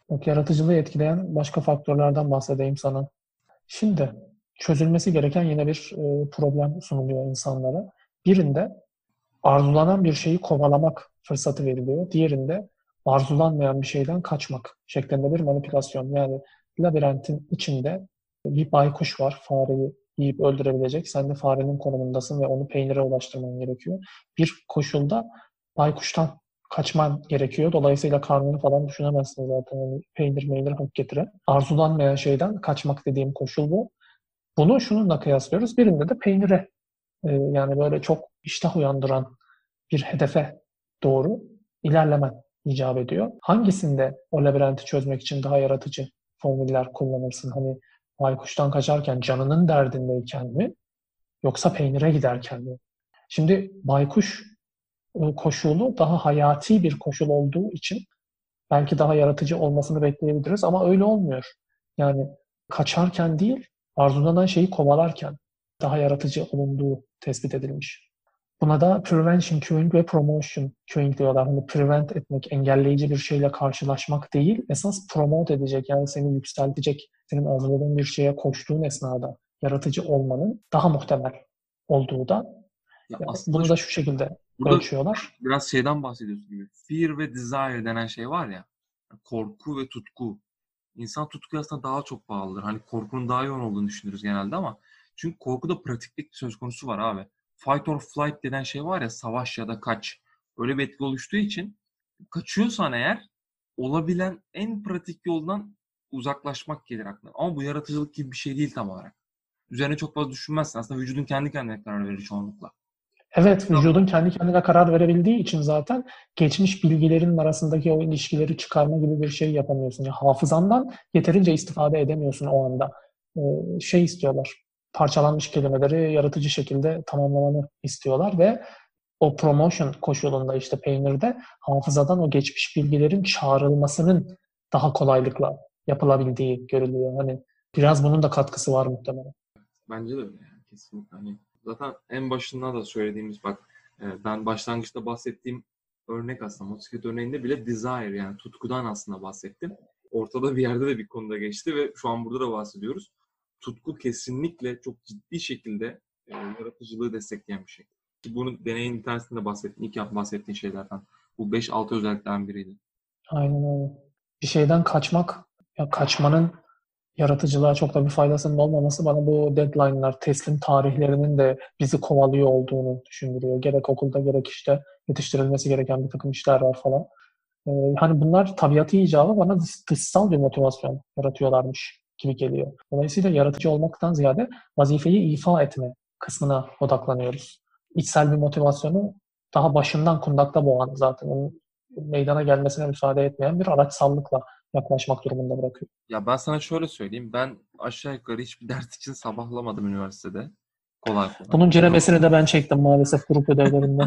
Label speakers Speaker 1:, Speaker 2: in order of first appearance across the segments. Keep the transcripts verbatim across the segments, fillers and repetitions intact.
Speaker 1: Bak, yaratıcılığı etkileyen başka faktörlerden bahsedeyim sana. Şimdi çözülmesi gereken yine bir e, problem sunuluyor insanlara. Birinde arzulanan bir şeyi kovalamak fırsatı veriliyor. Diğerinde arzulanmayan bir şeyden kaçmak şeklinde bir manipülasyon. Yani labirentin içinde bir baykuş var, fareyi yiyip öldürebilecek. Sen de farenin konumundasın ve onu peynire ulaştırman gerekiyor. Bir koşulda baykuştan kaçman gerekiyor. Dolayısıyla karnını falan düşünemezsin zaten. Yani peynir meynir hak getire. Arzulanmayan şeyden kaçmak dediğim koşul bu. Bunu şununla kıyaslıyoruz. Birinde de peynire, e, yani böyle çok iştah uyandıran bir hedefe doğru ilerlemen icap ediyor. Hangisinde o labirenti çözmek için daha yaratıcı formüller kullanırsın? Hani baykuştan kaçarken canının derdindeyken mi yoksa peynire giderken mi? Şimdi baykuş e, koşulu daha hayati bir koşul olduğu için belki daha yaratıcı olmasını bekleyebiliriz ama öyle olmuyor. Yani kaçarken değil, arzulanan şeyi kovalarken daha yaratıcı olunduğu tespit edilmiş. Buna da prevention queuing ve promotion queuing diyorlar. Hani prevent etmek, engelleyici bir şeyle karşılaşmak değil, esas promote edecek, yani seni yükseltecek, senin arzuladığın bir şeye koştuğun esnada yaratıcı olmanın daha muhtemel olduğu da,
Speaker 2: Ya
Speaker 1: yani
Speaker 2: aslında
Speaker 1: bunu
Speaker 2: şu,
Speaker 1: da şu şekilde
Speaker 2: burada
Speaker 1: ölçüyorlar.
Speaker 2: biraz şeyden bahsediyorsun gibi. Fear ve desire denen şey var ya. Korku ve tutku. İnsan tutkuya aslında daha çok bağlıdır. Hani korkunun daha yoğun olduğunu düşünürüz genelde ama çünkü korkuda pratiklik söz konusu var abi. Fight or flight denen şey var ya, savaş ya da kaç. Öyle bir etki oluştuğu için kaçıyorsan eğer olabilen en pratik yoldan uzaklaşmak gelir aklına. Ama bu yaratıcılık gibi bir şey değil tam olarak. Üzerine çok fazla düşünmezsin. Aslında vücudun kendi kendine karar verir çoğunlukla.
Speaker 1: Evet, vücudun kendi kendine karar verebildiği için zaten geçmiş bilgilerin arasındaki o ilişkileri çıkarma gibi bir şey yapamıyorsun. Yani hafızandan yeterince istifade edemiyorsun o anda. Ee, şey istiyorlar, parçalanmış kelimeleri yaratıcı şekilde tamamlamanı istiyorlar ve o promotion koşulunda, işte peynirde, hafızadan o geçmiş bilgilerin çağrılmasının daha kolaylıkla yapılabildiği görülüyor. Hani biraz bunun da katkısı var muhtemelen.
Speaker 2: Bence de öyle yani, kesinlikle. Hani zaten en başında da söylediğimiz, bak e, ben başlangıçta bahsettiğim örnek aslında motosiklet örneğinde bile desire, yani tutkudan aslında bahsettim. Ortada bir yerde de bir konuda geçti ve şu an burada da bahsediyoruz. Tutku kesinlikle çok ciddi şekilde e, yaratıcılığı destekleyen bir şey. Ki bunu deneyin internetinde bahsettiğin, ilk yap bahsettiğin şeylerden. Bu beş altı özelliklerden biriydi.
Speaker 1: Aynen öyle. Bir şeyden kaçmak, ya kaçmanın yaratıcılığa çok da bir faydasının olmaması bana bu deadline'lar, teslim tarihlerinin de bizi kovalıyor olduğunu düşündürüyor. Gerek okulda gerek işte yetiştirilmesi gereken bir takım işler var falan. Ee, hani bunlar tabiatı icabı bana dış- dışsal bir motivasyon yaratıyorlarmış gibi geliyor. Dolayısıyla yaratıcı olmaktan ziyade vazifeyi ifa etme kısmına odaklanıyoruz. İçsel bir motivasyonu daha başından kundakta boğan, zaten onun meydana gelmesine müsaade etmeyen bir araçsallıkla yaklaşmak durumunda bırakıyor.
Speaker 2: Ya ben sana şöyle söyleyeyim. Ben aşağı yukarı hiçbir ders için sabahlamadım üniversitede. Kolay kolay.
Speaker 1: Bunun ceremesini de ben çektim maalesef grup ödevlerinde.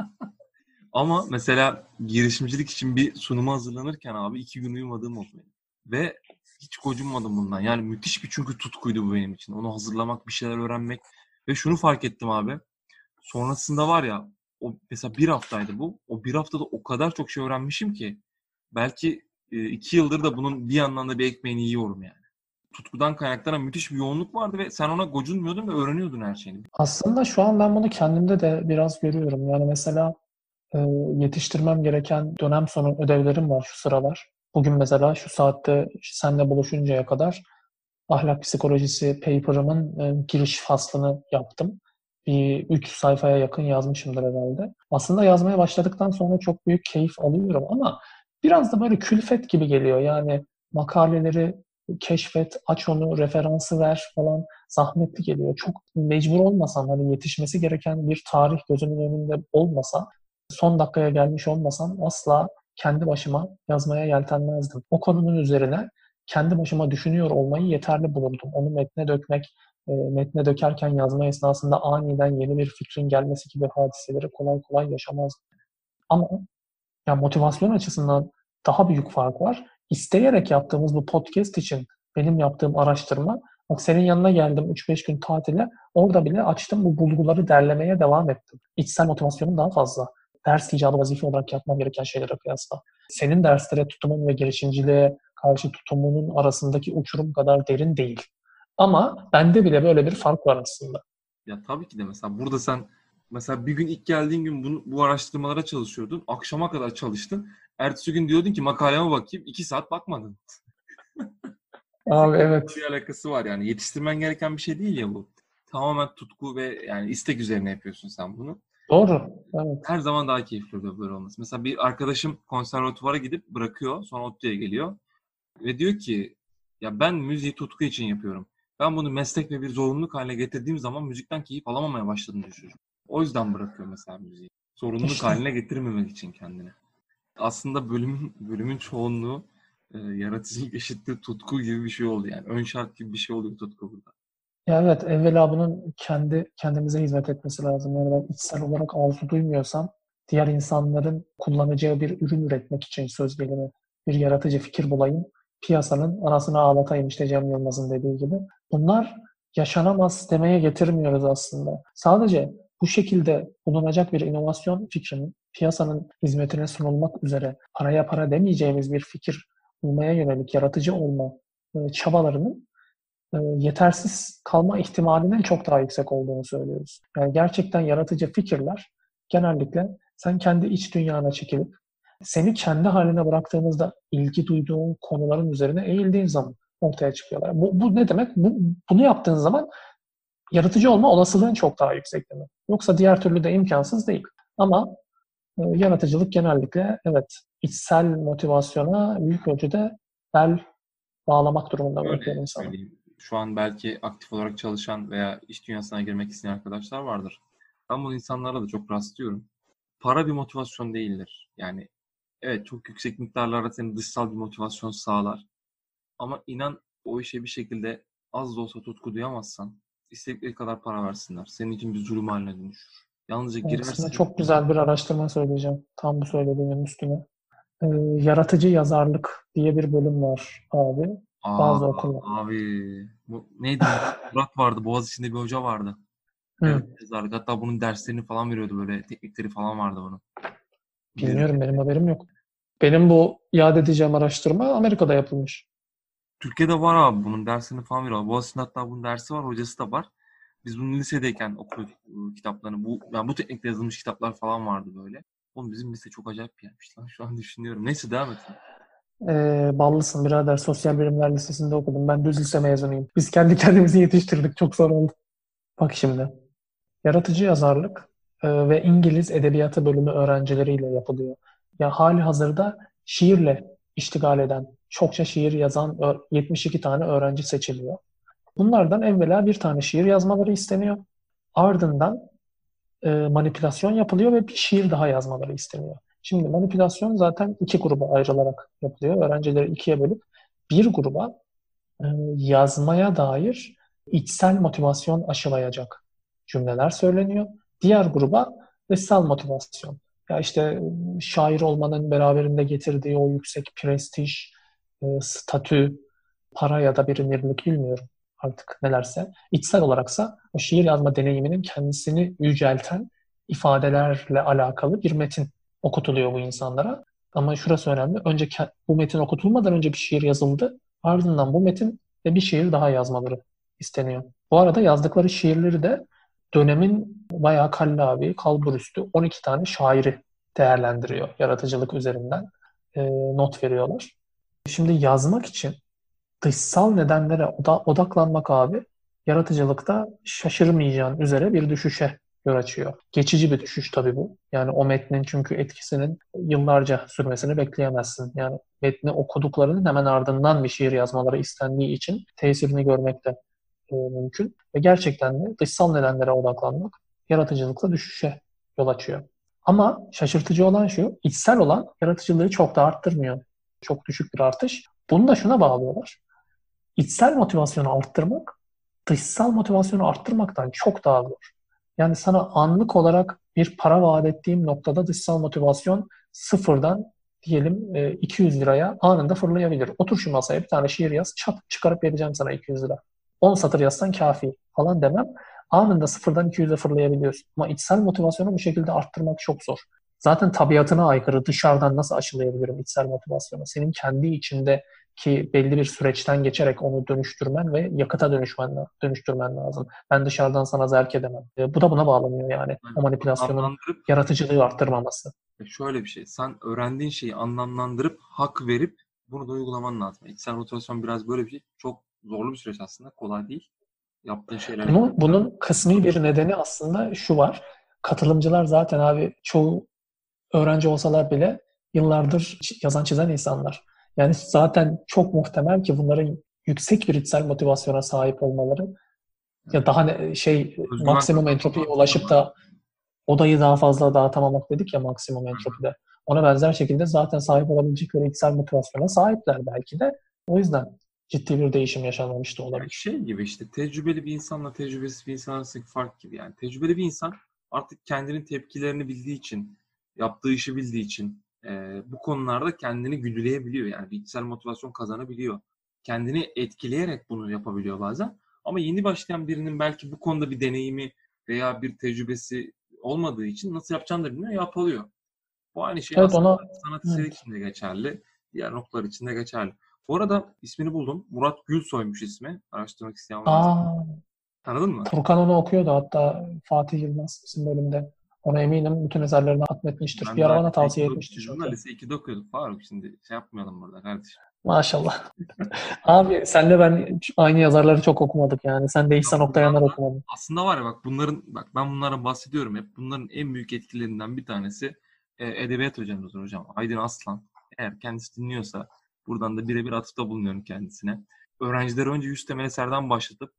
Speaker 2: Ama mesela girişimcilik için bir sunuma hazırlanırken abi iki gün uyumadığım oldu benim. Ve hiç gocunmadım bundan. Yani müthiş bir, çünkü tutkuydu bu benim için. Onu hazırlamak, bir şeyler öğrenmek. Ve şunu fark ettim abi. Sonrasında var ya, o mesela bir haftaydı bu. O bir haftada o kadar çok şey öğrenmişim ki belki e, iki yıldır da bunun bir yandan da bir ekmeğini yiyorum yani. Tutkudan kaynaklanan müthiş bir yoğunluk vardı ve sen ona gocunmuyordun ve öğreniyordun her şeyini.
Speaker 1: Aslında şu an ben bunu kendimde de biraz görüyorum. Yani mesela e, yetiştirmem gereken dönem sonu ödevlerim var şu sıralar. Bugün mesela şu saatte seninle buluşuncaya kadar ahlak psikolojisi paper'ımın e, giriş faslını yaptım. Bir üç sayfaya yakın yazmışımdır herhalde. Aslında yazmaya başladıktan sonra çok büyük keyif alıyorum ama biraz da böyle külfet gibi geliyor. Yani makaleleri keşfet, aç onu, referansı ver falan, zahmetli geliyor. Çok mecbur olmasam, hani yetişmesi gereken bir tarih gözümün önünde olmasa, son dakikaya gelmiş olmasam asla kendi başıma yazmaya yeltenmezdim. O konunun üzerine kendi başıma düşünüyor olmayı yeterli bulurdum. Onu metne dökmek, e, metne dökerken yazma esnasında aniden yeni bir fikrin gelmesi gibi hadiseleri kolay kolay yaşamazdım. Ama ya motivasyon açısından daha büyük fark var. İsteyerek yaptığımız bu podcast için benim yaptığım araştırma, bak senin yanına geldim üç beş gün tatile, orada bile açtım bu bulguları derlemeye devam ettim. İçsel motivasyonum daha fazla. Ders icabı vazife olarak yapmam gereken şeylere kıyasla. Senin derslere tutumun ve girişimciliğe karşı tutumunun arasındaki uçurum kadar derin değil. Ama bende bile böyle bir fark var aslında.
Speaker 2: Ya tabii ki de mesela burada sen mesela bir gün ilk geldiğin gün bunu, bu araştırmalara çalışıyordun. Akşama kadar çalıştın. Ertesi gün diyordun ki makaleme bakayım. iki saat bakmadın.
Speaker 1: Abi evet.
Speaker 2: Bir alakası var yani. Yetiştirmen gereken bir şey değil ya bu. Tamamen tutku ve yani istek üzerine yapıyorsun sen bunu.
Speaker 1: Doğru. Evet.
Speaker 2: Her zaman daha keyifli oluyor böyle olması. Mesela bir arkadaşım konservatuvara gidip bırakıyor. Sonra ODTÜ'ye geliyor. Ve diyor ki ya ben müziği tutku için yapıyorum. Ben bunu meslek ve bir zorunluluk haline getirdiğim zaman müzikten keyif alamamaya başladım diyor çocuk. O yüzden bırakıyor mesela müziği. Sorumluluk
Speaker 1: İşte.
Speaker 2: haline getirmemek için kendine. Aslında bölümün, bölümün çoğunluğu e, yaratıcılık eşittir tutku gibi bir şey oldu yani. Ön şart gibi bir şey oluyor tutku burada.
Speaker 1: Ya evet, evvela bunun kendi kendimize hizmet etmesi lazım. Yani ben içsel olarak arzu duymuyorsam diğer insanların kullanacağı bir ürün üretmek için söz gelimi bir yaratıcı fikir bulayım, piyasanın anasını ağlatayım işte Cem Yılmaz'ın dediği gibi. Bunlar yaşanamaz demeye getirmiyoruz aslında. Sadece bu şekilde bulunacak bir inovasyon fikrinin piyasanın hizmetine sunulmak üzere paraya para demeyeceğimiz bir fikir bulmaya yönelik yaratıcı olma e, çabalarının e, yetersiz kalma ihtimalinin çok daha yüksek olduğunu söylüyoruz. Yani gerçekten yaratıcı fikirler genellikle sen kendi iç dünyana çekilip seni kendi haline bıraktığınızda ilgi duyduğun konuların üzerine eğildiğin zaman ortaya çıkıyorlar. Bu, bu ne demek? Bu, bunu yaptığın zaman yaratıcı olma olasılığın çok daha yüksek demek. Yoksa diğer türlü de imkansız değil. Ama e, yaratıcılık genellikle evet içsel motivasyona büyük ölçüde bel bağlamak durumunda bırakıyor
Speaker 2: Öyle
Speaker 1: insanı.
Speaker 2: söyleyeyim. Şu an belki aktif olarak çalışan veya iş dünyasına girmek isteyen arkadaşlar vardır. Ben bu insanlara da çok rastlıyorum. Para bir motivasyon değildir. Yani evet çok yüksek miktarlarda senin dışsal bir motivasyon sağlar. Ama inan o işe bir şekilde az da olsa tutku duyamazsan istedikleri kadar para versinler. Senin için bir zulüm haline dönüşür. Yalnızca
Speaker 1: Evet, sana
Speaker 2: girersin.
Speaker 1: çok güzel bir araştırma söyleyeceğim. Tam bu söylediğinin üstüne. Ee, yaratıcı yazarlık diye bir bölüm var abi.
Speaker 2: Aa
Speaker 1: Bazı okullar.
Speaker 2: abi bu neydi? Murat vardı. Boğaziçi'nde bir hoca vardı.
Speaker 1: Hı,
Speaker 2: Evet yazarlık. Hatta bunun derslerini falan veriyordu böyle. Teknikleri falan vardı bunun. Bilirim.
Speaker 1: bilmiyorum, benim haberim yok. Benim bu yad edeceğim araştırma Amerika'da yapılmış.
Speaker 2: Türkiye'de var abi bunun derslerini falan veriyorlar. Boğaziçi'nde hatta bunun dersi var. Hocası da var. Biz bunu lisedeyken okuduk bu kitaplarını. Bu, yani bu teknikle yazılmış kitaplar falan vardı böyle. Oğlum bizim lise çok acayip bir yermiş lan. Şu an düşünüyorum. Neyse devam et.
Speaker 1: Ee, ballısın birader. Sosyal Bilimler Lisesi'nde okudum. Ben düz lise mezunuyum. Biz kendi kendimizi yetiştirdik. Çok zor oldu. Bak şimdi. Yaratıcı yazarlık e, ve İngiliz edebiyatı bölümü öğrencileriyle yapılıyor. Ya hali hazırda şiirle iştigal eden, çokça şiir yazan ö- yetmiş iki tane öğrenci seçiliyor. Bunlardan evvela bir tane şiir yazmaları isteniyor. Ardından e, manipülasyon yapılıyor ve bir şiir daha yazmaları isteniyor. Şimdi manipülasyon zaten iki gruba ayrılarak yapılıyor. Öğrencileri ikiye bölüp bir gruba e, yazmaya dair içsel motivasyon aşılayacak cümleler söyleniyor. Diğer gruba dışsal motivasyon. Ya işte e, şair olmanın beraberinde getirdiği o yüksek prestij, e, statü, para ya da bilinirlik bilmiyorum artık nelerse. İçsel olaraksa o şiir yazma deneyiminin kendisini yücelten ifadelerle alakalı bir metin okutuluyor bu insanlara. Ama şurası önemli. Önce bu metin okutulmadan önce bir şiir yazıldı. Ardından bu metin ve bir şiir daha yazmaları isteniyor. Bu arada yazdıkları şiirleri de dönemin bayağı kallavi, kalburüstü on iki tane şairi değerlendiriyor. Yaratıcılık üzerinden e, not veriyorlar. Şimdi yazmak için dışsal nedenlere oda- odaklanmak abi yaratıcılıkta şaşırmayacağın üzere bir düşüşe yol açıyor. Geçici bir düşüş tabii bu. Yani o metnin çünkü etkisinin yıllarca sürmesini bekleyemezsin. Yani metni okuduklarının hemen ardından bir şiir yazmaları istendiği için tesirini görmek de e, mümkün. Ve gerçekten de dışsal nedenlere odaklanmak yaratıcılıkla düşüşe yol açıyor. Ama şaşırtıcı olan şu, içsel olan yaratıcılığı çok da arttırmıyor. Çok düşük bir artış. Bunu da şuna bağlıyorlar. İçsel motivasyonu arttırmak, dışsal motivasyonu arttırmaktan çok daha zor. Yani sana anlık olarak bir para vaat ettiğim noktada dışsal motivasyon sıfırdan diyelim iki yüz liraya anında fırlayabilir. Otur şu masaya bir tane şiir yaz, çat çıkarıp vereceğim sana iki yüz lira. on satır yazsan kafi falan demem. Anında sıfırdan iki yüze fırlayabiliyorsun. Ama içsel motivasyonu bu şekilde arttırmak çok zor. Zaten tabiatına aykırı. Dışarıdan nasıl aşılayabilirim içsel motivasyonu? Senin kendi içinde ki belli bir süreçten geçerek onu dönüştürmen ve yakıta dönüşmen, dönüştürmen lazım. Ben dışarıdan sana zerk edemem. E, bu da buna bağlanıyor yani.
Speaker 2: Yani
Speaker 1: O manipülasyonun
Speaker 2: anlamlandırıp
Speaker 1: yaratıcılığı arttırmaması.
Speaker 2: şöyle bir şey. Sen öğrendiğin şeyi anlamlandırıp hak verip bunu da uygulaman lazım. İçsel motivasyon biraz böyle bir şey. Çok zorlu bir süreç aslında. Kolay değil. Yaptığın şeylere
Speaker 1: Bunu,
Speaker 2: gitmek lazım.
Speaker 1: bunun kısmi bir nedeni aslında şu var. Katılımcılar zaten abi çoğu öğrenci olsalar bile yıllardır yazan çizen insanlar. Yani zaten çok muhtemel ki bunların yüksek bir içsel motivasyona sahip olmaları ya
Speaker 2: Evet.
Speaker 1: daha ne, şey
Speaker 2: Özgüven
Speaker 1: maksimum
Speaker 2: kazanma
Speaker 1: entropiye
Speaker 2: mantığı da
Speaker 1: ulaşıp
Speaker 2: var.
Speaker 1: da odayı daha fazla dağıtamamak dedik ya maksimum
Speaker 2: Hı hı.
Speaker 1: entropide. Ona benzer şekilde zaten sahip olabilecekleri içsel motivasyona sahipler belki de. O yüzden ciddi bir değişim yaşanmamış da
Speaker 2: Yani
Speaker 1: olabilir.
Speaker 2: şey gibi işte tecrübeli bir insanla tecrübesiz bir insan arasındaki fark gibi. Yani tecrübeli bir insan artık kendinin tepkilerini bildiği için, yaptığı işi bildiği için e, bu konularda kendini güdüleyebiliyor. Yani bir içsel motivasyon kazanabiliyor. Kendini etkileyerek bunu yapabiliyor bazen. Ama yeni başlayan birinin belki bu konuda bir deneyimi veya bir tecrübesi olmadığı için nasıl yapacağını da bilmiyor, yapılıyor. Bu aynı şey
Speaker 1: Evet
Speaker 2: aslında
Speaker 1: ona
Speaker 2: sanat eseri
Speaker 1: evet.
Speaker 2: için de geçerli. Diğer noktalar için de geçerli. Bu arada ismini buldum. Murat Gülsoy'muş ismi. Araştırmak isteyen varsa.
Speaker 1: Aa,
Speaker 2: Tanıdın mı?
Speaker 1: Furkan onu okuyordu hatta Fatih Yılmaz bizim bölümde. Ona eminim bütün eserlerini hatmetmiştir.
Speaker 2: Ben
Speaker 1: Bir ara
Speaker 2: daha
Speaker 1: bana
Speaker 2: lise
Speaker 1: tavsiye
Speaker 2: ikide
Speaker 1: etmişti
Speaker 2: biz bunlar
Speaker 1: çünkü.
Speaker 2: lise ikide okuyorduk Faruk. Şimdi şey yapmayalım burada kardeşim.
Speaker 1: Maşallah. Abi senle ben aynı yazarları çok okumadık yani. Sen de
Speaker 2: Ya
Speaker 1: İhsan Oktayanlar
Speaker 2: bunlardan
Speaker 1: okumadın.
Speaker 2: aslında var ya bak bunların bak ben bunlara bahsediyorum hep. Bunların en büyük etkilerinden bir tanesi e, edebiyat hocamızdır hocam. Aydın Aslan. Eğer kendisi dinliyorsa buradan da birebir atıfta bulunuyorum kendisine. Öğrencileri önce yüz temel eserden başlatıp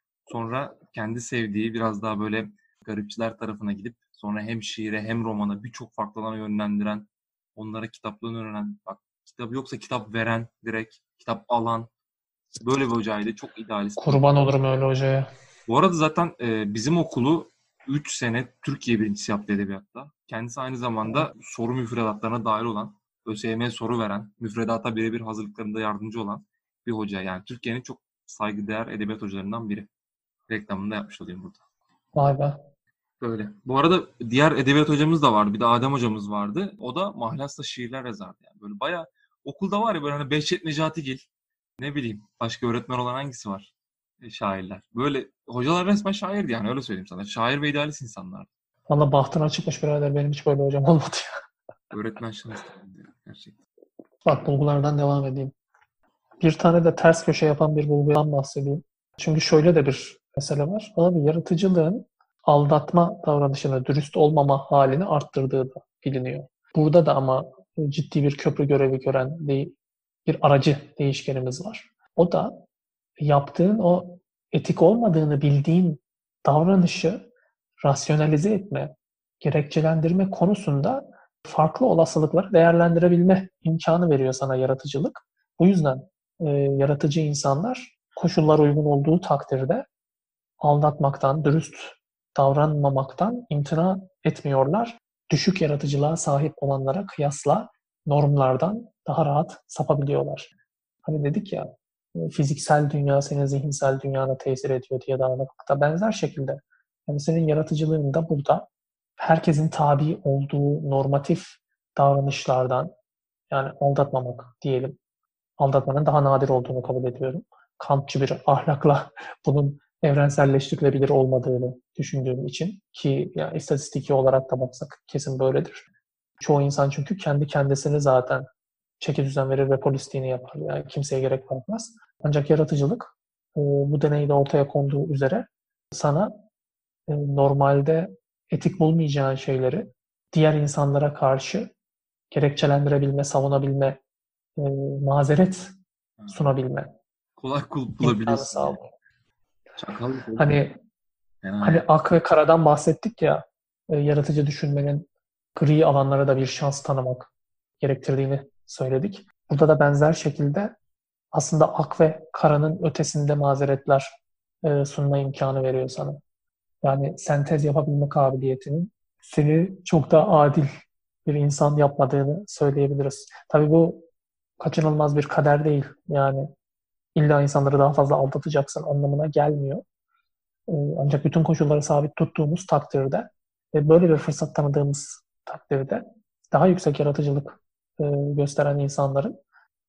Speaker 2: sonra kendi sevdiği biraz daha böyle garipçiler tarafına gidip sonra hem şiire hem romana birçok farklı alana yönlendiren, onlara kitaplığını öğrenen, bak kitap yoksa kitap veren, direkt kitap alan böyle bir hocaydı. Çok idealist bir hoca.
Speaker 1: Kurban olurum öyle hocaya.
Speaker 2: Bu arada zaten e, bizim okulu üç sene Türkiye birincisi yaptı edebiyatta. Kendisi aynı zamanda soru müfredatlarına dahil olan, ÖSYM'ye soru veren, müfredata birebir hazırlıklarında yardımcı olan bir hoca. Yani Türkiye'nin çok saygıdeğer edebiyat hocalarından biri. Reklamını da yapmış olayım burada.
Speaker 1: Vay be.
Speaker 2: Böyle. Bu arada diğer edebiyat hocamız da vardı. Bir de Adem hocamız vardı. O da mahlasla şiirler yazardı. Yani böyle bayağı okulda var ya böyle hani Behçet Necatigil, ne bileyim başka öğretmen olan hangisi var? E, şairler. Böyle hocalar resmen şairdi yani öyle söyleyeyim sana. Şair ve idealist insanlar.
Speaker 1: Valla bahtına çıkmış birader. Benim hiç böyle hocam olmadı.
Speaker 2: Öğretmen şansı tanındı ya, gerçekten.
Speaker 1: Bak bulgulardan devam edeyim. Bir tane de ters köşe yapan bir bulgudan bahsedeyim. Çünkü şöyle de bir mesele var. Abi yaratıcılığın aldatma davranışını, dürüst olmama halini arttırdığı da biliniyor. Burada da ama ciddi bir köprü görevi gören bir aracı değişkenimiz var. O da yaptığın o etik olmadığını bildiğin davranışı rasyonalize etme, gerekçelendirme konusunda farklı olasılıkları değerlendirebilme imkanı veriyor sana yaratıcılık. Bu yüzden e, yaratıcı insanlar koşullar uygun olduğu takdirde aldatmaktan, dürüst davranmamaktan imtina etmiyorlar. Düşük yaratıcılığa sahip olanlara kıyasla normlardan daha rahat sapabiliyorlar. Hani dedik ya fiziksel dünya senin zihinsel dünyana tesir ediyor diye da benzer şekilde. Yani senin yaratıcılığın da burada herkesin tabi olduğu normatif davranışlardan yani aldatmamak diyelim. Aldatmanın daha nadir olduğunu kabul ediyorum. Kantçı bir ahlakla bunun evrenselleştirilebilir olmadığını düşündüğüm için ki yani istatistiki olarak da baksak kesin böyledir. Çoğu insan çünkü kendi kendisini zaten çeki düzen verir ve polisliğini yapar. Yani kimseye gerek bırakmaz. Ancak yaratıcılık e, bu deneyde ortaya konduğu üzere sana e, normalde etik bulmayacağın şeyleri diğer insanlara karşı gerekçelendirebilme, savunabilme, e, mazeret
Speaker 2: Ha.
Speaker 1: sunabilme
Speaker 2: Kolay kulp
Speaker 1: imkanı
Speaker 2: bulabiliyorsun yani.
Speaker 1: sağlıyor.
Speaker 2: Çakallık oğlum.
Speaker 1: Hani
Speaker 2: Fena
Speaker 1: hani
Speaker 2: ya.
Speaker 1: ak ve karadan bahsettik ya, e, yaratıcı düşünmenin gri alanlara da bir şans tanımak gerektirdiğini söyledik. Burada da benzer şekilde aslında ak ve karanın ötesinde mazeretler e, sunma imkanı veriyor sana. Yani sentez yapabilme kabiliyetinin seni çok da adil bir insan yapmadığını söyleyebiliriz. Tabii bu kaçınılmaz bir kader değil. Yani illa insanları daha fazla aldatacaksın anlamına gelmiyor. E, ancak bütün koşulları sabit tuttuğumuz takdirde ve böyle bir fırsat tanıdığımız takdirde daha yüksek yaratıcılık e, gösteren insanların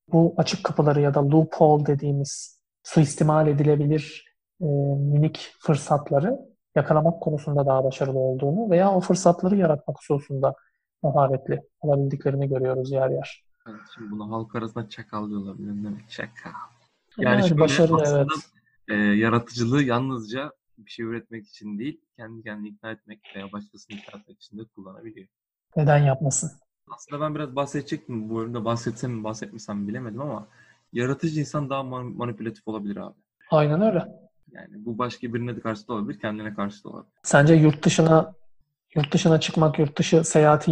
Speaker 1: bu açık kapıları ya da loophole dediğimiz suistimal edilebilir e, minik fırsatları yakalamak konusunda daha başarılı olduğunu veya o fırsatları yaratmak hususunda maharetli olabildiklerini görüyoruz yer yer.
Speaker 2: Evet, şimdi buna halk arasında çakal diyorlar. Bilmem ne demek çakal. Yani
Speaker 1: Yani
Speaker 2: şöyle
Speaker 1: başarılı,
Speaker 2: aslında
Speaker 1: evet.
Speaker 2: e, yaratıcılığı yalnızca bir şey üretmek için değil, kendi kendini ikna etmek veya başkasını ikna etmek için de kullanabiliyor.
Speaker 1: Neden yapmasın?
Speaker 2: Aslında ben biraz bahsedecektim. Bu bölümde bahsetsem mi bahsetmesem mi bilemedim ama yaratıcı insan daha man- manipülatif olabilir abi.
Speaker 1: Aynen öyle.
Speaker 2: Yani bu başka birine de karşı da olabilir, kendine karşı da olabilir.
Speaker 1: Sence yurt dışına yurt dışına çıkmak, yurt dışı seyahati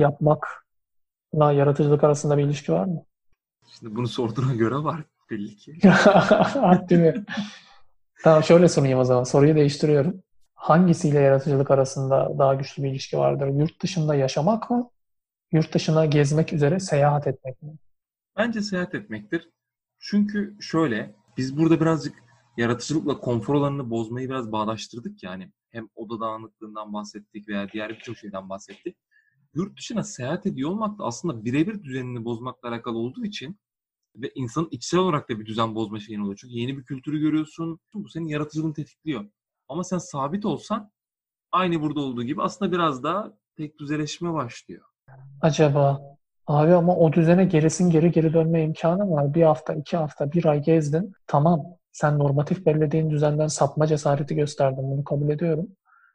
Speaker 1: yapmakla yaratıcılık arasında bir ilişki var mı?
Speaker 2: Şimdi bunu sorduğuna göre var belli ki.
Speaker 1: Değil mi? Tamam, şöyle sorayım o zaman. Soruyu değiştiriyorum. Hangisiyle yaratıcılık arasında daha güçlü bir ilişki vardır? Yurt dışında yaşamak mı? Yurt dışına gezmek üzere seyahat etmek mi?
Speaker 2: Bence seyahat etmektir. Çünkü şöyle, biz burada birazcık yaratıcılıkla konfor alanını bozmayı biraz bağdaştırdık yani. Hem oda dağınıklığından bahsettik veya diğer birçok şeyden bahsettik. Yurt dışına seyahat ediyor olmak da aslında birebir düzenini bozmakla alakalı olduğu için ve insanın içsel olarak da bir düzen bozma şeyin oluyor. Çünkü yeni bir kültürü görüyorsun. Bu senin yaratıcılığını tetikliyor. Ama sen sabit olsan aynı burada olduğu gibi aslında biraz daha tek düzeleşme başlıyor.
Speaker 1: Acaba? Abi ama o düzene gerisin geri geri dönme imkanı var. Bir hafta, iki hafta, bir ay gezdin. Tamam. Sen normatif belirlediğin düzenden sapma cesareti gösterdin. Bunu kabul ediyorum.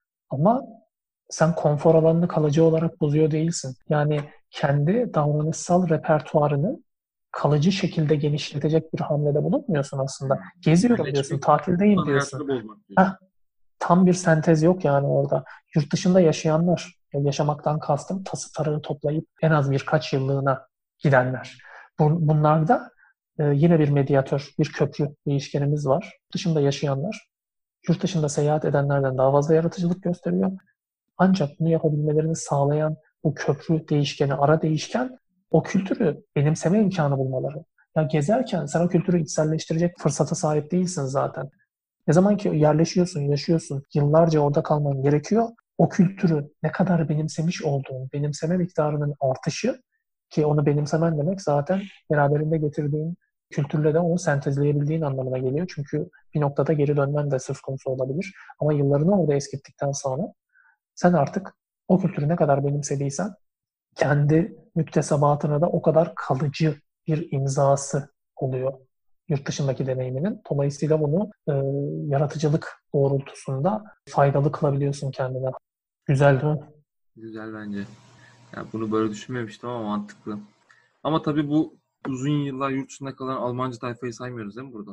Speaker 1: Ama sen konfor alanını kalıcı olarak bozuyor değilsin. Yani kendi davranışsal repertuarını kalıcı şekilde genişletecek bir hamlede bulunmuyorsun aslında. Geziyorum diyorsun,
Speaker 2: Yerleşmek değil,
Speaker 1: tatildeyim
Speaker 2: insan
Speaker 1: diyorsun.
Speaker 2: hayatını bozmak diyorsun.
Speaker 1: Heh, tam bir sentez yok yani orada. Yurt dışında yaşayanlar, yaşamaktan kastım tası tarağı toplayıp en az birkaç yıllığına gidenler. Bun- Bunlarda e, yine bir medyatör, bir köprü değişkenimiz var. Yurt dışında yaşayanlar, yurt dışında seyahat edenlerden daha fazla yaratıcılık gösteriyor. Ancak bunu yapabilmelerini sağlayan bu köprü değişkeni, ara değişken o kültürü benimseme imkanı bulmaları. Ya gezerken sen o kültürü içselleştirecek fırsata sahip değilsin zaten. Ne zaman ki yerleşiyorsun, yaşıyorsun, yıllarca orada kalman gerekiyor. O kültürü ne kadar benimsemiş olduğun, benimseme miktarının artışı ki onu benimsemen demek zaten beraberinde getirdiğin kültürle de onu sentezleyebildiğin anlamına geliyor. Çünkü bir noktada geri dönmen de söz konusu olabilir. Ama yıllarını orada eskittikten sonra sen artık o kültürü ne kadar benimsediysen kendi müktesebatına da o kadar kalıcı bir imzası oluyor yurt dışındaki deneyiminin. Dolayısıyla bunu e, yaratıcılık doğrultusunda faydalı kılabiliyorsun kendine. Güzel değil mi?
Speaker 2: Güzel bence. Yani bunu böyle düşünmemiştim ama mantıklı. Ama tabii bu uzun yıllar yurt dışında kalan Almancı tayfayı saymıyoruz değil mi burada?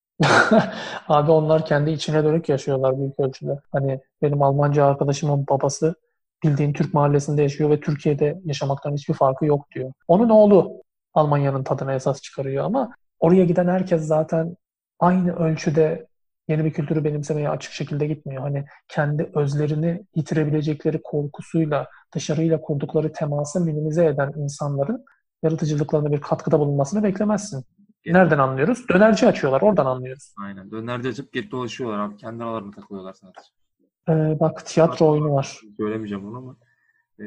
Speaker 1: Abi onlar kendi içine dönük yaşıyorlar büyük ölçüde. Hani benim Almanca arkadaşımın babası bildiğin Türk mahallesinde yaşıyor ve Türkiye'de yaşamaktan hiçbir farkı yok diyor. Onun oğlu Almanya'nın tadına esas çıkarıyor ama oraya giden herkes zaten aynı ölçüde yeni bir kültürü benimsemeye açık şekilde gitmiyor. Hani kendi özlerini yitirebilecekleri korkusuyla dışarıyla kurdukları teması minimize eden insanların yaratıcılıklarına bir katkıda bulunmasını beklemezsin.
Speaker 2: Getto.
Speaker 1: Nereden anlıyoruz? Dönerci açıyorlar, oradan anlıyoruz.
Speaker 2: Aynen. Dönerci açıp get dolaşıyorlar abi. Kendi aralarında takılıyorlar sadece.
Speaker 1: Ee, bak tiyatro oyunu var.
Speaker 2: Söylemeyeceğim onu ama. Ee...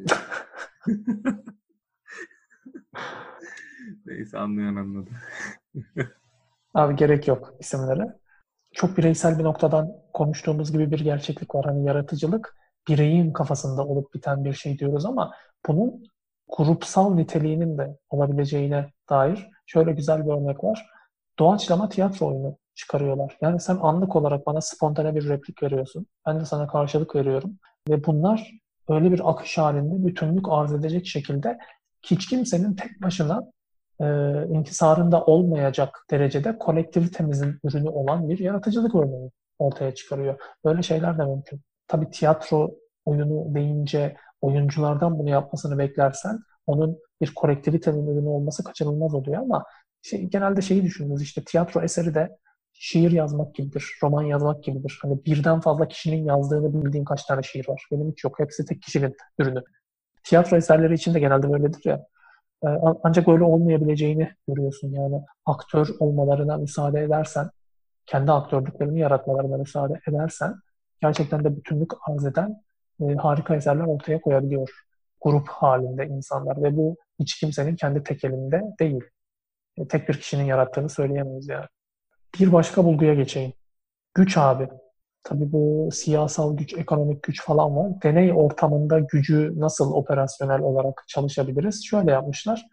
Speaker 2: Neyse anlayan anladı.
Speaker 1: Abi gerek yok isimlere. Çok bireysel bir noktadan konuştuğumuz gibi bir gerçeklik var. Hani yaratıcılık bireyin kafasında olup biten bir şey diyoruz ama bunun grupsal niteliğinin de olabileceğine dair şöyle güzel bir örnek var. Doğaçlama tiyatro oyunu çıkarıyorlar. Yani sen anlık olarak bana spontane bir replik veriyorsun. Ben de sana karşılık veriyorum. Ve bunlar öyle bir akış halinde bütünlük arz edecek şekilde hiç kimsenin tek başına e, inkisarında olmayacak derecede kolektivitemizin ürünü olan bir yaratıcılık örneği ortaya çıkarıyor. Böyle şeyler de mümkün. Tabii tiyatro oyunu deyince oyunculardan bunu yapmasını beklersen onun bir kolektivitenin ürünü olması kaçınılmaz oluyor ama şey, genelde şeyi düşünürüz işte tiyatro eseri de şiir yazmak gibidir, roman yazmak gibidir. Hani birden fazla kişinin yazdığını bildiğim kaç tane şiir var. Benim hiç yok. Hepsi tek kişinin ürünü. Tiyatro eserleri için de genelde böyledir ya. Ee, Ancak öyle olmayabileceğini görüyorsun yani. Aktör olmalarına müsaade edersen, kendi aktörlüklerini yaratmalarına müsaade edersen gerçekten de bütünlük arz eden e, harika eserler ortaya koyabiliyor. Grup halinde insanlar ve bu hiç kimsenin kendi tek elinde değil. E, tek bir kişinin yarattığını söyleyemeyiz yani. Bir başka bulguya geçeyim. Güç abi. Tabii bu siyasal güç, ekonomik güç falan var. Deney ortamında gücü nasıl operasyonel olarak çalışabiliriz? Şöyle yapmışlar.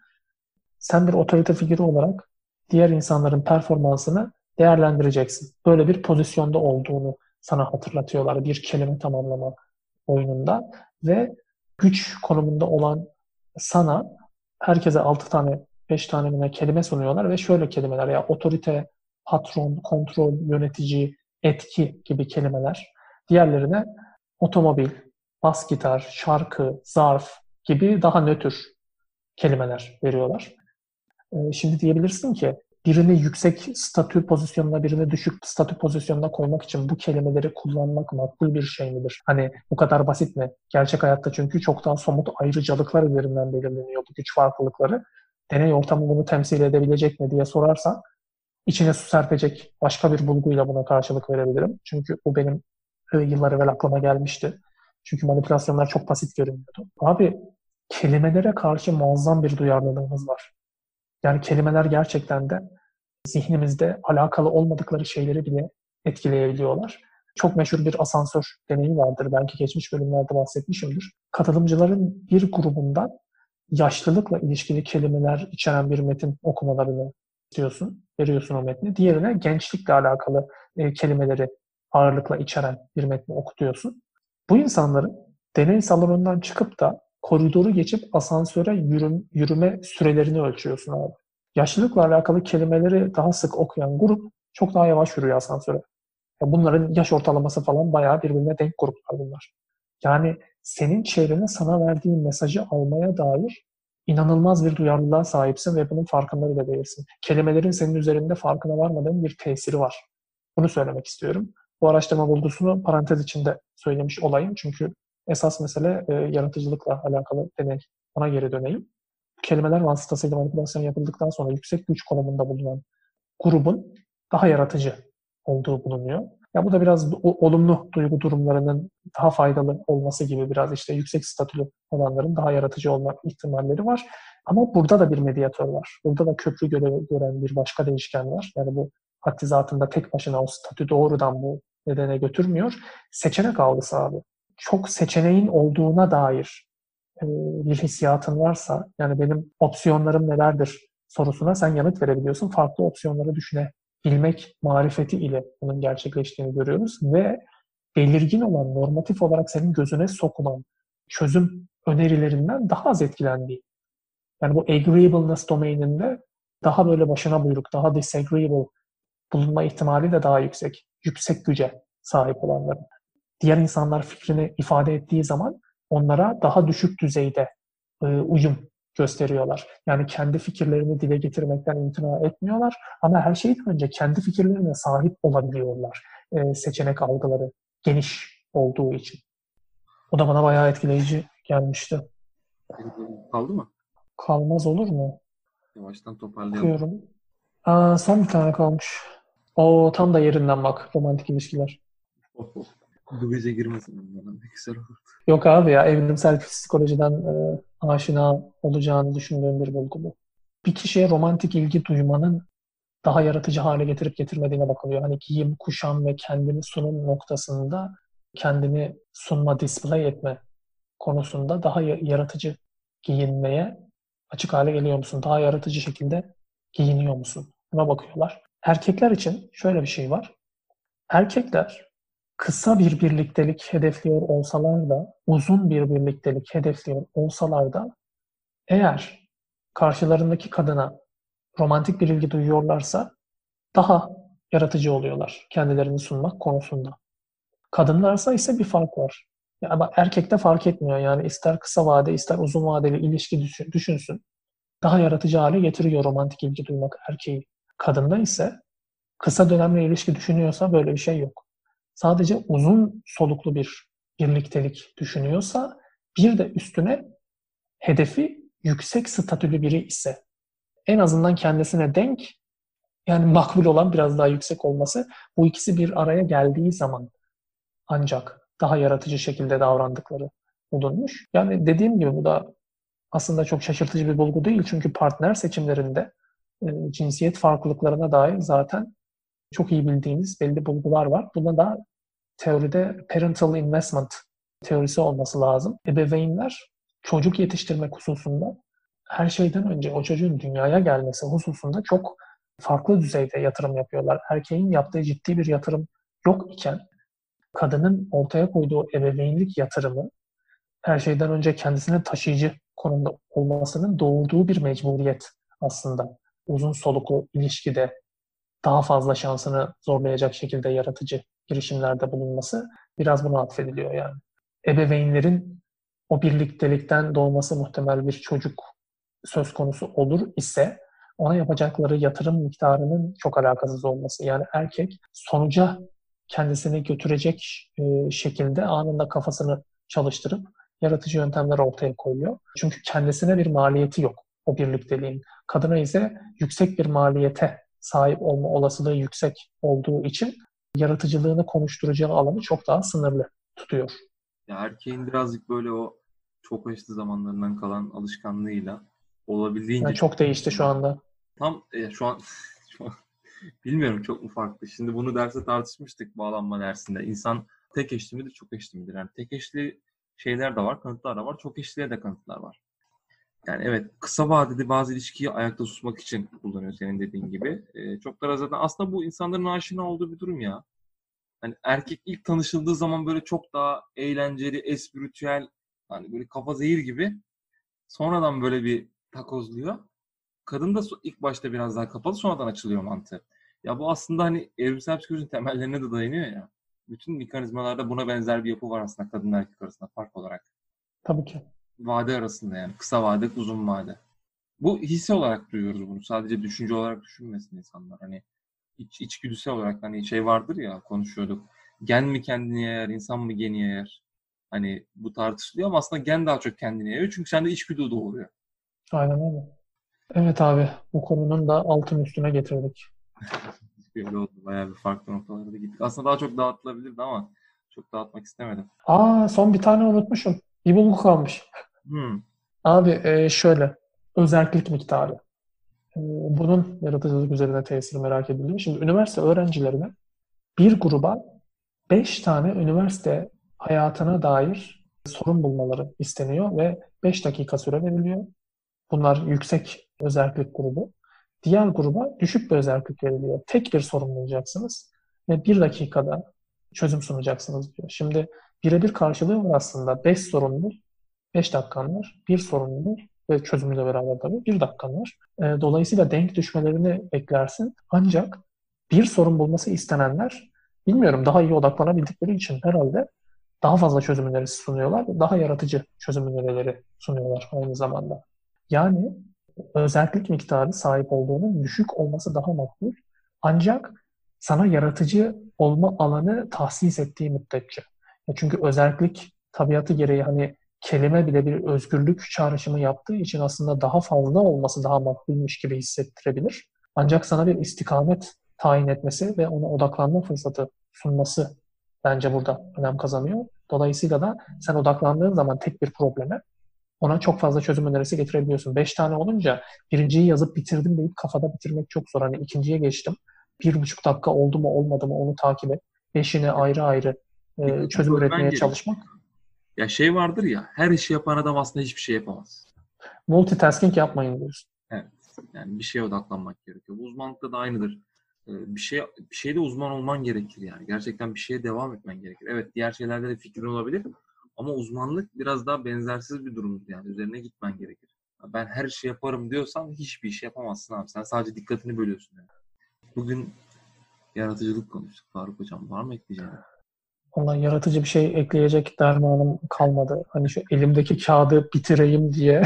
Speaker 1: Sen bir otorite figürü olarak diğer insanların performansını değerlendireceksin. Böyle bir pozisyonda olduğunu sana hatırlatıyorlar bir kelime tamamlama oyununda ve güç konumunda olan sana herkese altı tane beş tane mi ne kelime sunuyorlar ve şöyle kelimeler ya otorite, patron, kontrol, yönetici, etki gibi kelimeler. Diğerlerine otomobil, bas gitar, şarkı, zarf gibi daha nötr kelimeler veriyorlar. Ee, Şimdi diyebilirsin ki birini yüksek statü pozisyonuna, birini düşük statü pozisyonuna koymak için bu kelimeleri kullanmak makbul bir şey midir? Hani bu kadar basit mi? Gerçek hayatta çünkü çok daha somut ayrıcalıklar üzerinden belirleniyor bu güç farklılıkları. Deney ortamı bunu temsil edebilecek mi diye sorarsan içine su serpecek başka bir bulguyla buna karşılık verebilirim. Çünkü bu benim e, yıllar evvel aklıma gelmişti. Çünkü manipülasyonlar çok basit görünüyordu. Abi kelimelere karşı muazzam bir duyarlılığımız var. Yani kelimeler gerçekten de zihnimizde alakalı olmadıkları şeyleri bile etkileyebiliyorlar. Çok meşhur bir asansör deneyi vardır. Belki geçmiş bölümlerde bahsetmişimdir. Katılımcıların bir grubundan yaşlılıkla ilişkili kelimeler içeren bir metin okumalarını istiyorsun, veriyorsun o metni. Diğerine gençlikle alakalı e, kelimeleri ağırlıkla içeren bir metni okutuyorsun. Bu insanların deney salonundan çıkıp da koridoru geçip asansöre yürüm, yürüme sürelerini ölçüyorsun abi. Yaşlılıkla alakalı kelimeleri daha sık okuyan grup çok daha yavaş yürüyor asansöre. Ya bunların yaş ortalaması falan bayağı birbirine denk gruplar bunlar. Yani senin çevrenin sana verdiği mesajı almaya dair inanılmaz bir duyarlılığa sahipsin ve bunun farkında bile değilsin. Kelimelerin senin üzerinde farkına varmadığın bir tesiri var. Bunu söylemek istiyorum. Bu araştırma bulgusunu parantez içinde söylemiş olayım. Çünkü esas mesele e, yaratıcılıkla alakalı deney. Ona geri döneyim. Kelimeler vasıtasıyla manipülasyon yapıldıktan sonra yüksek güç konumunda bulunan grubun daha yaratıcı olduğu bulunuyor. Ya bu da biraz o, olumlu duygu durumlarının daha faydalı olması gibi biraz işte yüksek statülü olanların daha yaratıcı olma ihtimalleri var. Ama burada da bir medyatör var. Burada da köprü görevi gören bir başka değişken var. Yani bu haddi zatında tek başına o statü doğrudan bu nedene götürmüyor. Seçenek algısı abi. Çok seçeneğin olduğuna dair e, bir hissiyatın varsa, yani benim opsiyonlarım nelerdir sorusuna sen yanıt verebiliyorsun. Farklı opsiyonları düşünebilmek marifeti ile bunun gerçekleştiğini görüyoruz ve belirgin olan, normatif olarak senin gözüne sokulan çözüm önerilerinden daha az etkilendiği. Yani bu agreeableness domaininde daha böyle başına buyruk, daha disagreeable bulunma ihtimali de daha yüksek. Yüksek güce sahip olanların. Diğer insanlar fikrini ifade ettiği zaman onlara daha düşük düzeyde e, uyum gösteriyorlar. Yani kendi fikirlerini dile getirmekten imtina etmiyorlar ama her şeyden önce kendi fikirlerine sahip olabiliyorlar. E, seçenek algıları geniş olduğu için. O da bana bayağı etkileyici gelmişti.
Speaker 2: Kaldı mı?
Speaker 1: Kalmaz olur mu?
Speaker 2: Yavaştan toparlayalım.
Speaker 1: Okuyorum. Aa, son bir tane kalmış. O tam da yerinden bak. Romantik ilişkiler.
Speaker 2: Dövize girmesin. Bana. Ne güzel olur.
Speaker 1: Yok abi ya, evrimsel psikolojiden e, aşina olacağını düşündüğüm bir bulgu bu. Bir kişiye romantik ilgi duymanın daha yaratıcı hale getirip getirmediğine bakılıyor. Hani giyim, kuşam ve kendini sunum noktasında kendini sunma, display etme konusunda daha yaratıcı giyinmeye açık hale geliyor musun? Daha yaratıcı şekilde giyiniyor musun? Buna bakıyorlar. Erkekler için şöyle bir şey var. Erkekler kısa bir birliktelik hedefliyor olsalar da, uzun bir birliktelik hedefliyor olsalar da eğer karşılarındaki kadına romantik bir ilgi duyuyorlarsa daha yaratıcı oluyorlar kendilerini sunmak konusunda. Kadınlarsa ise bir fark var. Ya ama erkekte fark etmiyor. Yani ister kısa vade ister uzun vadeli ilişki düşünsün. Daha yaratıcı hale getiriyor romantik ilgi duymak erkeği. Kadında ise kısa dönemli ilişki düşünüyorsa böyle bir şey yok. Sadece uzun soluklu bir birliktelik düşünüyorsa bir de üstüne hedefi yüksek statülü biri ise en azından kendisine denk, yani makbul olan biraz daha yüksek olması, bu ikisi bir araya geldiği zaman ancak daha yaratıcı şekilde davrandıkları bulunmuş. Yani dediğim gibi bu da aslında çok şaşırtıcı bir bulgu değil. Çünkü partner seçimlerinde e, cinsiyet farklılıklarına dair zaten çok iyi bildiğimiz belli bulgular var. Buna da teoride parental investment teorisi olması lazım. Ebeveynler çocuk yetiştirmek hususunda her şeyden önce o çocuğun dünyaya gelmesi hususunda çok farklı düzeyde yatırım yapıyorlar. Erkeğin yaptığı ciddi bir yatırım yok iken kadının ortaya koyduğu ebeveynlik yatırımı her şeyden önce kendisine taşıyıcı konumda olmasının doğurduğu bir mecburiyet aslında. Uzun soluklu ilişkide daha fazla şansını zorlayacak şekilde yaratıcı girişimlerde bulunması biraz buna atfediliyor yani. Ebeveynlerin o birliktelikten doğması muhtemel bir çocuk söz konusu olur ise ona yapacakları yatırım miktarının çok alakasız olması. Yani erkek sonuca kendisini götürecek şekilde anında kafasını çalıştırıp yaratıcı yöntemler ortaya koyuyor. Çünkü kendisine bir maliyeti yok o birlikteliğin. Kadına ise yüksek bir maliyete sahip olma olasılığı yüksek olduğu için yaratıcılığını konuşturacağı alanı çok daha sınırlı tutuyor.
Speaker 2: Ya erkeğin birazcık böyle o çok eşli zamanlarından kalan alışkanlığıyla olabildiğince
Speaker 1: Yani çok değişti şu anda.
Speaker 2: Tam e, şu an şu an bilmiyorum çok mu farklı. Şimdi bunu derste tartışmıştık bağlanma dersinde. İnsan tek eşli midir, çok eşli midir? Yani tek eşli şeyler de var, kanıtlar da var. Çok eşliğe de kanıtlar var. Yani evet, kısa vadede bazı ilişkiyi ayakta tutmak için kullanıyor senin dediğin gibi. Ee, çok da zaten aslında bu insanların aşina olduğu bir durum ya. Hani erkek ilk tanışıldığı zaman böyle çok daha eğlenceli, espritüel, hani böyle kafa zehir gibi. Sonradan böyle bir takozluyor. Kadın da ilk başta biraz daha kapalı, sonradan açılıyor mantığı. Ya bu aslında hani evrimsel psikolojinin temellerine de dayanıyor ya. Bütün mekanizmalarda buna benzer bir yapı var aslında kadın erkek arasında fark olarak.
Speaker 1: Tabii ki.
Speaker 2: Vade arasında yani. Kısa vade, uzun vade. Bu hisse olarak duyuyoruz bunu. Sadece düşünce olarak düşünmesin insanlar. Hani iç, içgüdüsel olarak hani şey vardır ya konuşuyorduk. Gen mi kendini yayar, insan mı geni yayar? Hani bu tartışılıyor ama aslında gen daha çok kendini yayıyor. Çünkü sende içgüdü doğuruyor.
Speaker 1: Aynen öyle. Evet abi, bu konunun da altın üstüne getirdik.
Speaker 2: Böyle oldu. Bayağı bir farklı noktalara da gittik. Aslında daha çok dağıtılabilirdi ama çok dağıtmak istemedim.
Speaker 1: Aa, son bir tane unutmuşum. Bir bulgu kalmış.
Speaker 2: Hmm.
Speaker 1: Abi e, şöyle, özerklik miktarı. E, bunun yaratıcılık üzerine tesiri merak ediliyor. Şimdi üniversite öğrencilerine bir gruba beş tane üniversite hayatına dair sorun bulmaları isteniyor ve beş dakika süre veriliyor. Bunlar yüksek özerklik grubu. Diğer gruba düşük bir özerklik veriliyor. Tek bir sorun bulacaksınız ve bir dakikada çözüm sunacaksınız diyor. Şimdi birebir karşılığı var aslında. Beş sorunlu, beş dakikan var. Bir sorunlu ve çözümüyle beraber tabii bir dakikan var. E, dolayısıyla denk düşmelerini beklersin. Ancak bir sorun bulması istenenler, bilmiyorum, daha iyi odaklanabildikleri için herhalde daha fazla çözüm önerisi sunuyorlar. Daha yaratıcı çözüm önerileri sunuyorlar aynı zamanda. Yani özellik miktarı sahip olduğunun düşük olması daha makbul. Ancak sana yaratıcı olma alanı tahsis ettiği müddetçe. Ya çünkü özellik tabiatı gereği hani kelime bile bir özgürlük çağrışımı yaptığı için aslında daha fazla olması daha makbulmuş gibi hissettirebilir. Ancak sana bir istikamet tayin etmesi ve ona odaklanma fırsatı sunması bence burada önem kazanıyor. Dolayısıyla da sen odaklandığın zaman tek bir probleme ona çok fazla çözüm önerisi getirebiliyorsun. Beş tane olunca birinciyi yazıp bitirdim deyip kafada bitirmek çok zor. Hani ikinciye geçtim. Bir buçuk dakika oldu mu olmadı mı onu takip et. Beşini ayrı ayrı e,
Speaker 2: Dikkatini
Speaker 1: çözüm
Speaker 2: bölmen
Speaker 1: üretmeye
Speaker 2: gerekiyor.
Speaker 1: çalışmak.
Speaker 2: Ya şey vardır ya, her işi yapan adam aslında hiçbir şey yapamaz.
Speaker 1: Multitasking yapmayın diyorsun.
Speaker 2: Evet. Yani bir şeye odaklanmak gerekiyor. Bu uzmanlıkta da aynıdır. Ee, Bir şey bir şeyde uzman olman gerekir yani. Gerçekten bir şeye devam etmen gerekir. Evet, diğer şeylerde de fikrin olabilir ama uzmanlık biraz daha benzersiz bir durumdur yani. Üzerine gitmen gerekir. Ben her işi yaparım diyorsan hiçbir iş yapamazsın abi. Sen sadece dikkatini bölüyorsun yani. Bugün yaratıcılık konuştuk Faruk Hocam. Var mı ekleyeceğin?
Speaker 1: Vallahi yaratıcı bir şey ekleyecek dermanım kalmadı. Hani şu elimdeki kağıdı bitireyim diye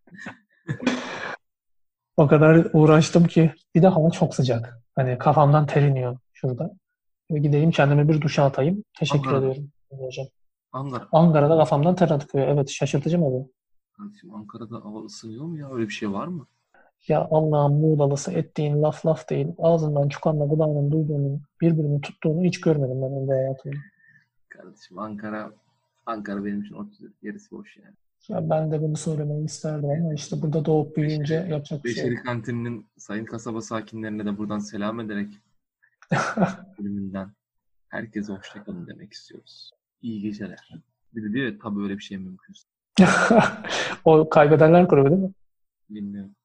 Speaker 1: o kadar uğraştım ki. Bir de hava çok sıcak. Hani kafamdan ter iniyor şurada. Gideyim kendime bir duş atayım. Teşekkür
Speaker 2: Ankara'da.
Speaker 1: ediyorum hocam.
Speaker 2: Ankara.
Speaker 1: Ankara'da kafamdan ter akıyor. Evet, şaşırtıcı mı bu?
Speaker 2: Kardeşim, Ankara'da hava ısınıyor mu ya? Öyle bir şey var mı?
Speaker 1: Ya Allah'ın Muğlalısı, ettiğin laf laf değil. Ağzından çıkanla kulağının duyduğunun birbirini tuttuğunu hiç görmedim ben ömrü hayatımda.
Speaker 2: Kardeşim Ankara Ankara benim için otuz gerisi boş yani.
Speaker 1: Ya ben de bunu söylemeyi isterdim ama işte burada doğup büyüyünce
Speaker 2: Beşeri,
Speaker 1: yapacak bir şey
Speaker 2: Beşeri
Speaker 1: yok.
Speaker 2: Kantin'in sayın kasaba sakinlerine de buradan selam ederek bölümünden herkese hoşça kalın demek istiyoruz. İyi geceler. Bir de diyor ya tabii öyle bir şey mümkün.
Speaker 1: O kaybedenler grubu değil mi?
Speaker 2: Bilmiyorum.